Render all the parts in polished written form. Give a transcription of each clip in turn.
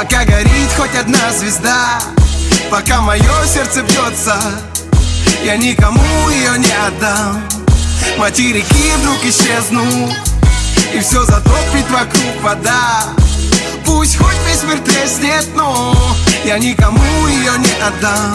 пока горит хоть одна звезда, пока мое сердце бьется, я никому ее не отдам. Материки вдруг исчезнут, и все затопит вокруг вода. Пусть хоть весь мир треснет, но я никому ее не отдам.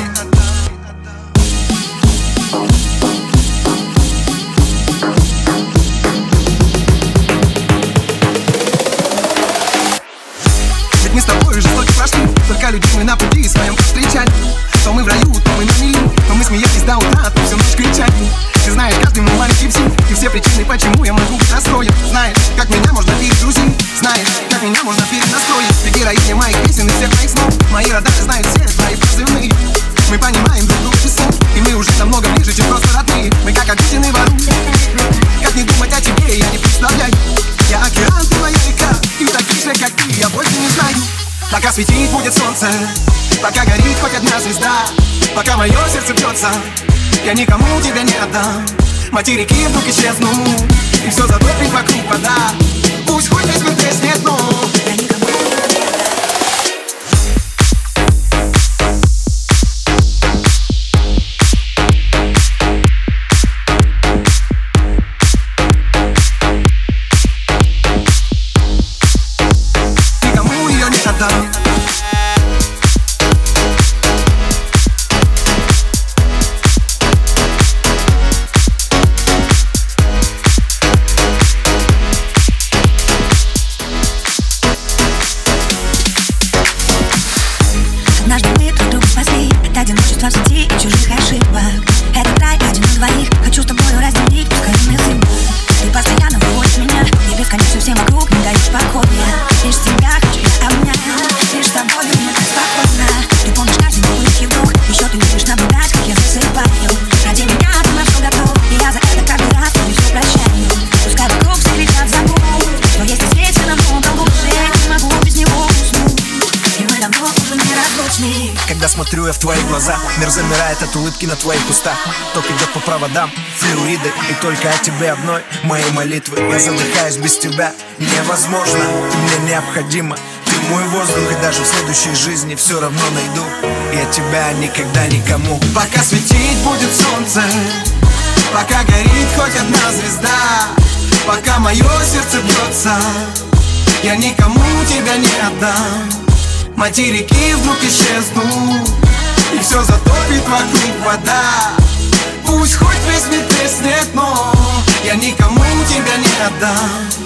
Ведь мы с тобой жестоко прошли, только людей мы на пути своем повстречали. То мы в раю, то мы на мели, то мы смеялись до утра, то всю ночь кричали. Ты знаешь, каждый мой маленький псих, и все причины, почему я могу быть расстроен. Знаешь, как меня можно перегрузить, знаешь, как меня можно перенастроить. Ты героиня моих песен и всех моих снов. Мои радары знают все твои позывные. Мы понимаем друг друга без слов, и мы уже намного ближе, чем просто родные. Мы как обиженные вору. Как не думать о тебе, я не представляю. Я океан, ты моя река, и таких же, как ты, я больше не знаю. Пока светить будет солнце, пока горит хоть одна звезда, пока мое сердце бьется, я никому тебя не отдам. Материки вдруг исчезнут, и все затопит вокруг вода. Пусть хоть весь мир треснет, но я никому не отдам. Никому ее не отдам. Однажды мы друг друга спасли от одиночества в сети и чужих ошибок. Этот рай один на двоих, хочу с тобою разделить, пускай мы сын. Ты постоянно выводишь меня, и бесконечно всем вокруг не даешь покоя. Лишь тебя хочу я обнять, лишь с тобой мне так спокойно. Ты помнишь каждый мой улыбки вдруг, еще ты любишь наблюдать, как я засыпаю. Ради меня ты на все готов, и я за это каждый раз тебе все прощаю. Пускай вокруг все кричат забудь, но есть на свете намного лучше, я не могу без него уснуть. И мы давно уже неразлучны. Когда смотрю я в твои глаза, мир замирает от улыбки на твоих устах. Ток идет по проводам, флюиды, и только о тебе одной мои молитвы. Я задыхаюсь без тебя, невозможно, ты мне необходима. Ты мой воздух, и даже в следующей жизни все равно найду я тебя никогда никому. Пока светить будет солнце, пока горит хоть одна звезда, пока мое сердце бьется, я никому тебя не отдам. Материки вдруг исчезнут, и все затопит вокруг вода. Пусть хоть весь мир треснет, но я никому тебя не отдам.